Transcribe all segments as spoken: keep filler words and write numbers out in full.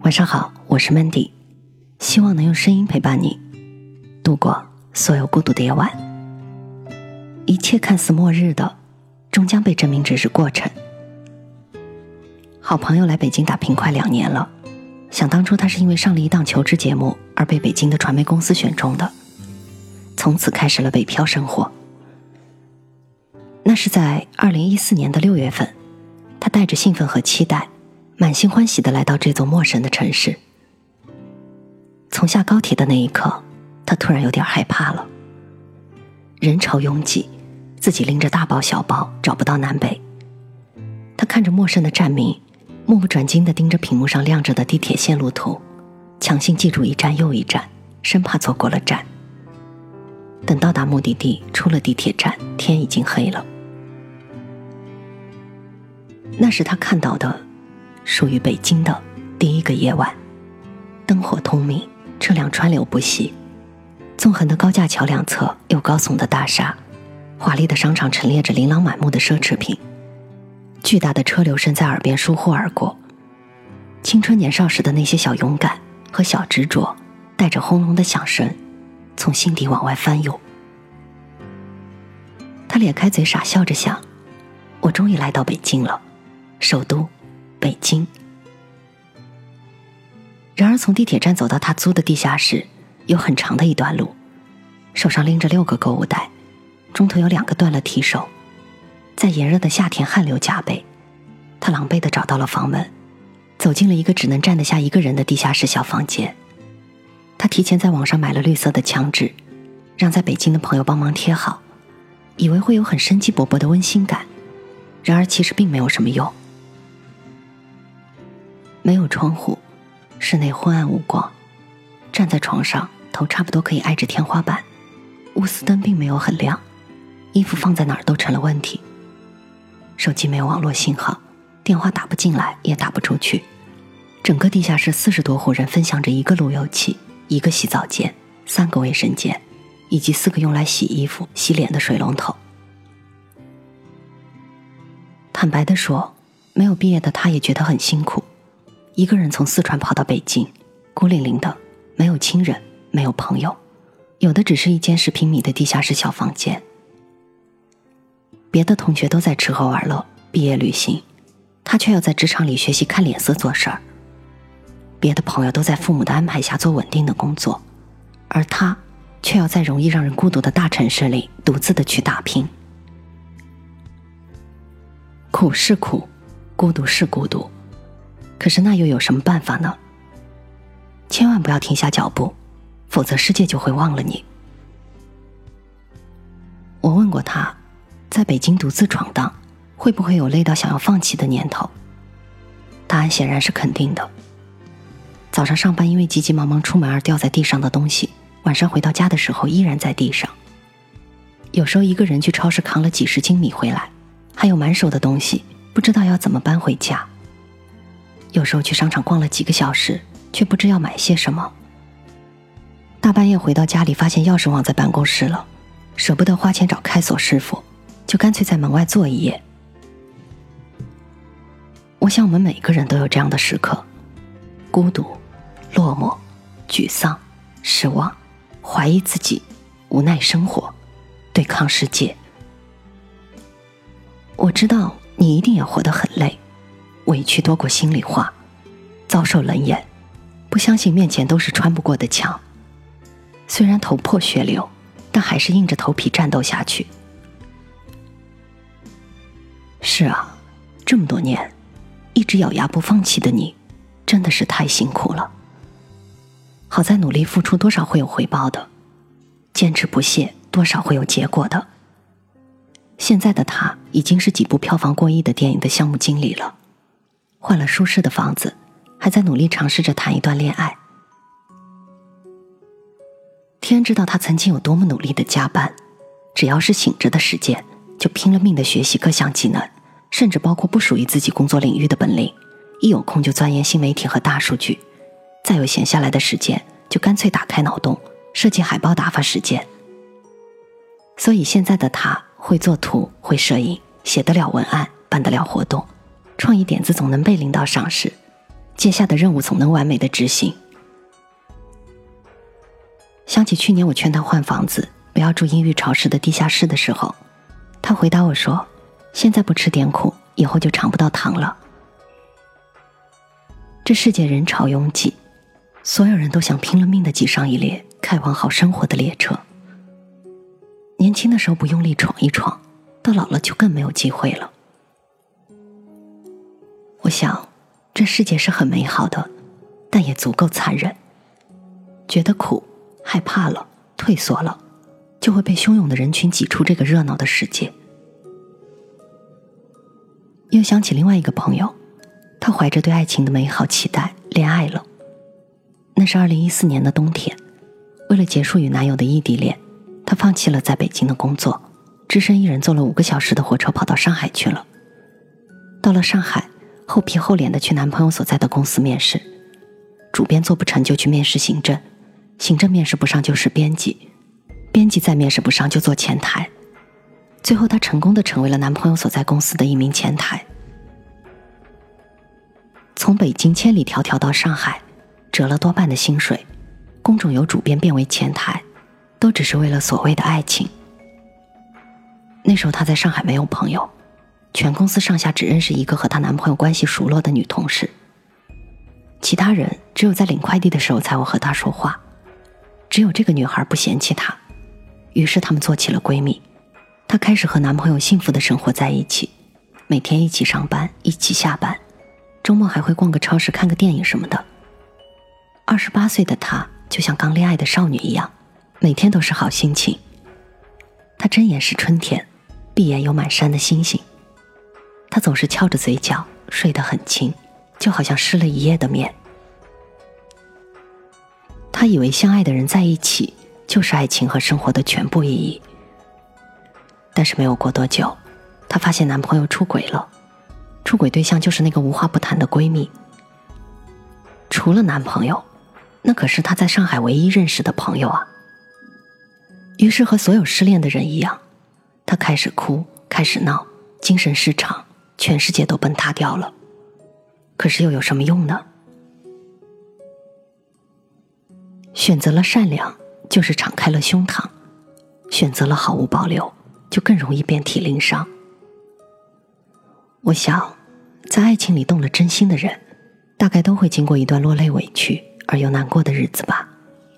晚上好，我是 Mandy， 希望能用声音陪伴你度过所有孤独的夜晚。一切看似末日的，终将被证明只是过程。好朋友来北京打拼快两年了，想当初他是因为上了一档求职节目而被北京的传媒公司选中的，从此开始了北漂生活。那是在二零一四年的六月份，他带着兴奋和期待，满心欢喜地来到这座陌生的城市。从下高铁的那一刻，他突然有点害怕了。人潮拥挤，自己拎着大包小包找不到南北。他看着陌生的站名，目不转睛地盯着屏幕上亮着的地铁线路图，强行记住一站又一站，生怕错过了站。等到达目的地，出了地铁站，天已经黑了。那是他看到的属于北京的第一个夜晚，灯火通明，车辆川流不息，纵横的高架桥两侧有高耸的大厦，华丽的商场陈列着琳琅满目的奢侈品，巨大的车流声在耳边疏忽而过。青春年少时的那些小勇敢和小执着，带着轰隆的响声从心底往外翻涌。他咧开嘴傻笑着想，我终于来到北京了，首都北京。然而从地铁站走到他租的地下室有很长的一段路，手上拎着六个购物袋，中途有两个断了提手。在炎热的夏天汗流浃背，他狼狈地找到了房门，走进了一个只能站得下一个人的地下室小房间。他提前在网上买了绿色的墙纸，让在北京的朋友帮忙贴好，以为会有很生机勃勃的温馨感，然而其实并没有什么用。没有窗户，室内昏暗无光，站在床上，头差不多可以挨着天花板，钨丝灯并没有很亮，衣服放在哪儿都成了问题。手机没有网络信号，电话打不进来也打不出去。整个地下室四十多户人分享着一个路由器，一个洗澡间，三个卫生间，以及四个用来洗衣服洗脸的水龙头。坦白地说，没有毕业的他也觉得很辛苦，一个人从四川跑到北京，孤零零的，没有亲人，没有朋友，有的只是一间十平米的地下室小房间。别的同学都在吃喝玩乐，毕业旅行，他却要在职场里学习看脸色做事儿。别的朋友都在父母的安排下做稳定的工作，而他却要在容易让人孤独的大城市里独自的去打拼。苦是苦，孤独是孤独，可是那又有什么办法呢？千万不要停下脚步，否则世界就会忘了你。我问过他，在北京独自闯荡，会不会有累到想要放弃的念头？答案显然是肯定的。早上上班因为急急忙忙出门而掉在地上的东西，晚上回到家的时候依然在地上。有时候一个人去超市扛了几十斤米回来，还有满手的东西，不知道要怎么搬回家。有时候去商场逛了几个小时，却不知要买些什么。大半夜回到家里，发现钥匙忘在办公室了，舍不得花钱找开锁师傅，就干脆在门外坐一夜。我想我们每个人都有这样的时刻，孤独、落寞、沮丧、失望，怀疑自己，无奈生活，对抗世界。我知道你一定也活得很累，委屈多过心里话，遭受冷眼，不相信面前都是穿不过的墙。虽然头破血流，但还是硬着头皮战斗下去。是啊，这么多年一直咬牙不放弃的你，真的是太辛苦了。好在努力付出多少会有回报的，坚持不懈多少会有结果的。现在的他已经是几部票房过亿的电影的项目经理了，换了舒适的房子，还在努力尝试着谈一段恋爱。天知道他曾经有多么努力的加班，只要是醒着的时间，就拼了命的学习各项技能，甚至包括不属于自己工作领域的本领。一有空就钻研新媒体和大数据，再有闲下来的时间，就干脆打开脑洞，设计海报打发时间。所以现在的他会做图，会摄影，写得了文案，办得了活动，创意点子总能被领导赏识， 接下的任务总能完美的执行。想起去年我劝他换房子，不要住阴郁潮湿的地下室的时候，他回答我说，现在不吃点苦，以后就尝不到糖了。这世界人潮拥挤，所有人都想拼了命地挤上一列开往好生活的列车。年轻的时候不用力闯一闯，到老了就更没有机会了。我想，这世界是很美好的，但也足够残忍。觉得苦，害怕了，退缩了，就会被汹涌的人群挤出这个热闹的世界。又想起另外一个朋友，他怀着对爱情的美好期待恋爱了。那是二零一四年的冬天，为了结束与男友的异地恋，她放弃了在北京的工作，只身一人坐了五个小时的火车跑到上海去了。到了上海，厚皮厚脸的去男朋友所在的公司面试，主编做不成就去面试行政，行政面试不上就是编辑，编辑再面试不上就做前台。最后她成功地成为了男朋友所在公司的一名前台。从北京千里迢迢到上海，折了多半的薪水，工种由主编变为前台，都只是为了所谓的爱情。那时候她在上海没有朋友，全公司上下只认识一个和她男朋友关系熟络的女同事，其他人只有在领快递的时候才会和她说话。只有这个女孩不嫌弃她，于是她们做起了闺蜜。她开始和男朋友幸福的生活在一起，每天一起上班，一起下班，周末还会逛个超市看个电影什么的。二十八岁的她就像刚恋爱的少女一样，每天都是好心情。她睁眼是春天，闭眼有满山的星星。她总是翘着嘴角，睡得很轻，就好像失了一夜的眠。她以为相爱的人在一起就是爱情和生活的全部意义。但是没有过多久，她发现男朋友出轨了，出轨对象就是那个无话不谈的闺蜜。除了男朋友，那可是她在上海唯一认识的朋友啊。于是和所有失恋的人一样，她开始哭，开始闹，精神失常，全世界都崩塌掉了。可是又有什么用呢？选择了善良，就是敞开了胸膛；选择了毫无保留，就更容易遍体鳞伤。我想，在爱情里动了真心的人，大概都会经过一段落泪委屈而又难过的日子吧。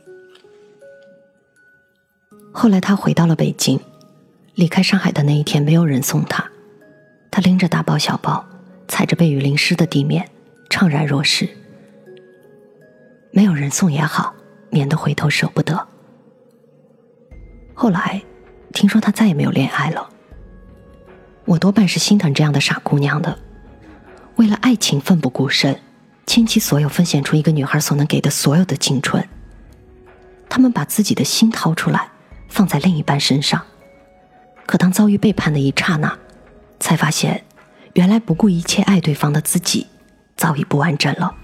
后来他回到了北京，离开上海的那一天，没有人送他，他拎着大包小包，踩着被雨淋湿的地面，怅然若失。没有人送也好，免得回头舍不得。后来听说她再也没有恋爱了，我多半是心疼这样的傻姑娘的，为了爱情奋不顾身，倾其所有奉献出一个女孩所能给的所有的青春。她们把自己的心掏出来，放在另一半身上，可当遭遇背叛的一刹那，才发现原来不顾一切爱对方的自己早已不完整了。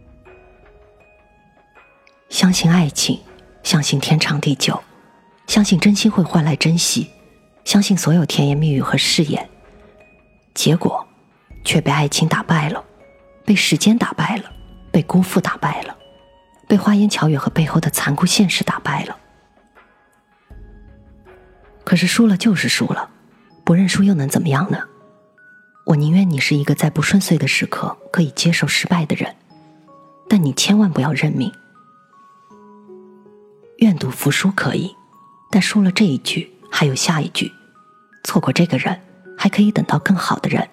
相信爱情，相信天长地久，相信真心会换来珍惜，相信所有甜言蜜语和誓言，结果却被爱情打败了，被时间打败了，被辜负打败了，被花言巧语和背后的残酷现实打败了。可是输了就是输了，不认输又能怎么样呢？我宁愿你是一个在不顺遂的时刻可以接受失败的人，但你千万不要认命。愿赌服输可以，但输了这一局还有下一局，错过这个人还可以等到更好的人。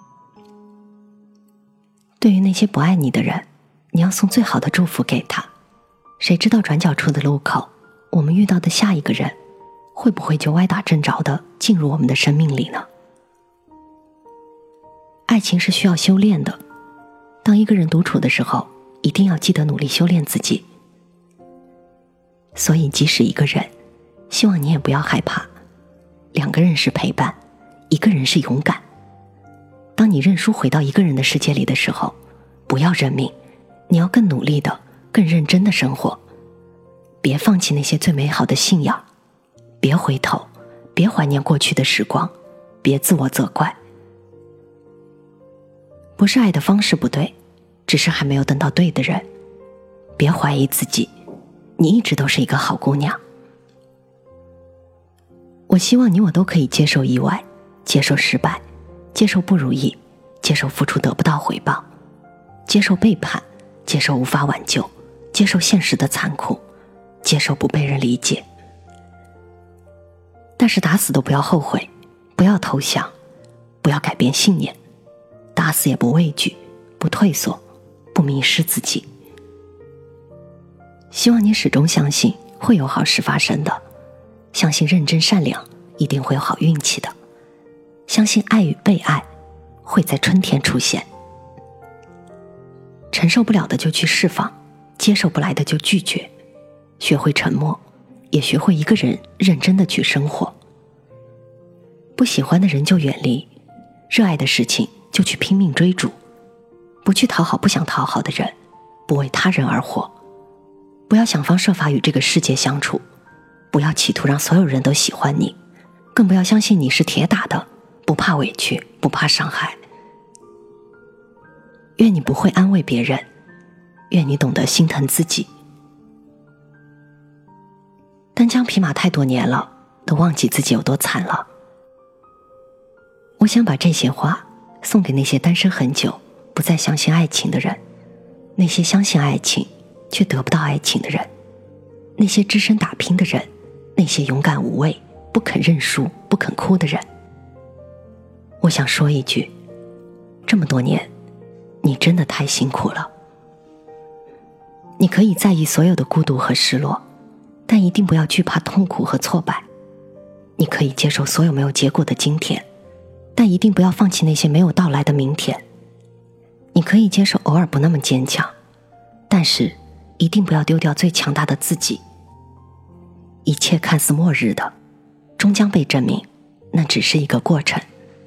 对于那些不爱你的人，你要送最好的祝福给他，谁知道转角处的路口，我们遇到的下一个人会不会就歪打正着的进入我们的生命里呢？爱情是需要修炼的，当一个人独处的时候，一定要记得努力修炼自己。所以即使一个人，希望你也不要害怕，两个人是陪伴，一个人是勇敢。当你认输回到一个人的世界里的时候，不要认命，你要更努力的，更认真的生活。别放弃那些最美好的信仰，别回头，别怀念过去的时光，别自我责怪。不是爱的方式不对， 只是还没有等到对的人。别怀疑自己，你一直都是一个好姑娘。我希望你我都可以接受意外，接受失败，接受不如意，接受付出得不到回报，接受背叛，接受无法挽救，接受现实的残酷，接受不被人理解。但是打死都不要后悔，不要投降，不要改变信念，打死也不畏惧，不退缩，不迷失自己。希望你始终相信会有好事发生的，相信认真善良一定会有好运气的，相信爱与被爱会在春天出现。承受不了的就去释放，接受不来的就拒绝，学会沉默，也学会一个人认真的去生活。不喜欢的人就远离，热爱的事情就去拼命追逐，不去讨好不想讨好的人，不为他人而活。不要想方设法与这个世界相处，不要企图让所有人都喜欢你，更不要相信你是铁打的，不怕委屈，不怕伤害。愿你不会安慰别人，愿你懂得心疼自己。单枪匹马太多年了，都忘记自己有多惨了。我想把这些话送给那些单身很久不再相信爱情的人，那些相信爱情却得不到爱情的人，那些只身打拼的人，那些勇敢无畏不肯认输不肯哭的人。我想说一句，这么多年你真的太辛苦了。你可以在意所有的孤独和失落，但一定不要惧怕痛苦和挫败。你可以接受所有没有结果的今天，但一定不要放弃那些没有到来的明天。你可以接受偶尔不那么坚强，但是一定不要丢掉最强大的自己。一切看似末日的，终将被证明那只是一个过程。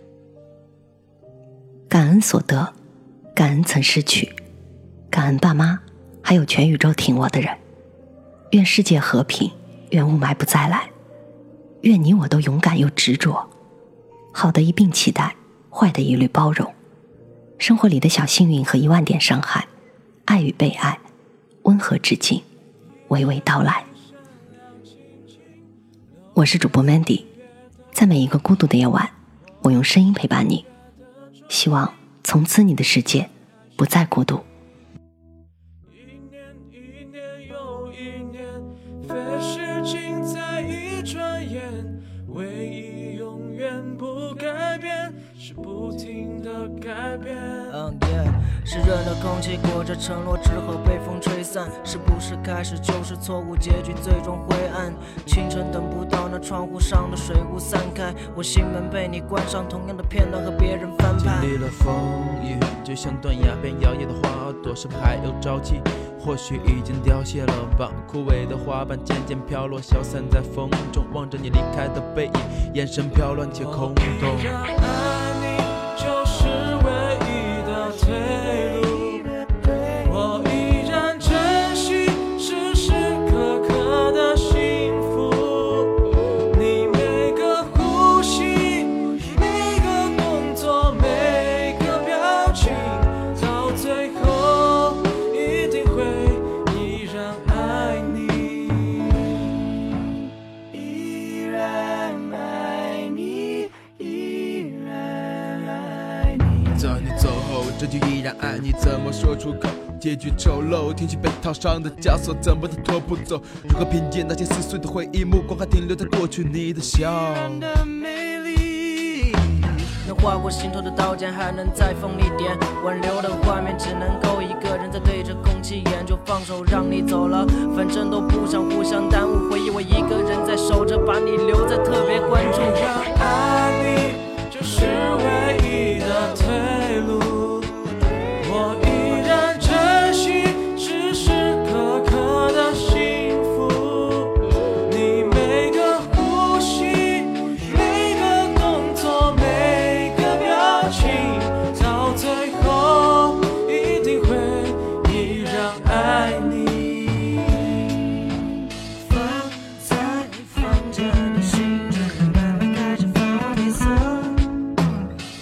感恩所得，感恩曾失去，感恩爸妈，还有全宇宙挺我的人。愿世界和平，愿雾霾不再来，愿你我都勇敢又执着，好的一并期待，坏的一律包容。生活里的小幸运和一万点伤害，爱与被爱，温和至尽，娓娓道来。我是主播 Mandy， 在每一个孤独的夜晚，我用声音陪伴你，希望从此你的世界不再孤独。 一年一年又一年，飞逝尽在一转眼，唯一永远不改变是不停的改变。 嗯、uh, yeah, 湿润的空气裹着承诺之后被风吹散，是不是开始就是错误，结局最终灰暗。清晨等不到那窗户上的水雾散开，我心门被你关上，同样的片段和别人翻拍。 经历了风雨，就像断崖边摇曳的花朵，是不是还有朝气？或许已经凋谢了吧，枯萎的花瓣渐渐飘落，消散在风中，望着你离开的背影，眼神飘乱且空洞。爱你就是唯一的退路，我依然珍惜时时刻刻的幸福。你每个呼吸，每个动作，每个表情，到最后一定会依然爱你，依然爱你，依然爱你。在你走后，这句依然爱你怎么说出口？结局丑陋，天气被套上的枷锁怎么都脱不走？如何凭借那些撕碎的回忆，目光还停留在过去你的笑的美丽。 能划过心头的刀剑，还能再锋利点。挽留的画面，只能够一个人在对着空气演，就放手让你走了，反正都不想互相耽误回忆。我一个人在守着，把你留在特别关注。 爱你就是唯一的退路，我依然珍惜时时刻刻的幸福。你每个呼吸，每个动作，每个表情，到最后一定会依然爱你。 放在房间的心中，慢慢开始放颜色。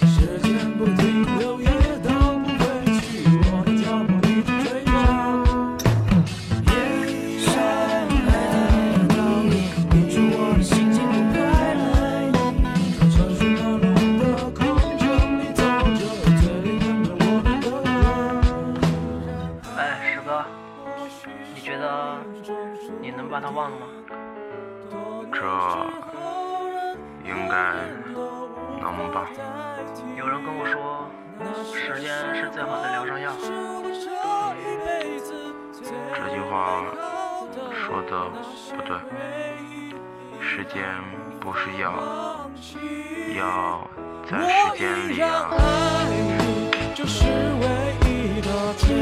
能把它忘了吗？ 这应该能吧。 有人跟我说，时间是最好的疗伤药。 这句话说的不对，时间不是药，药在时间里啊。 就是唯一的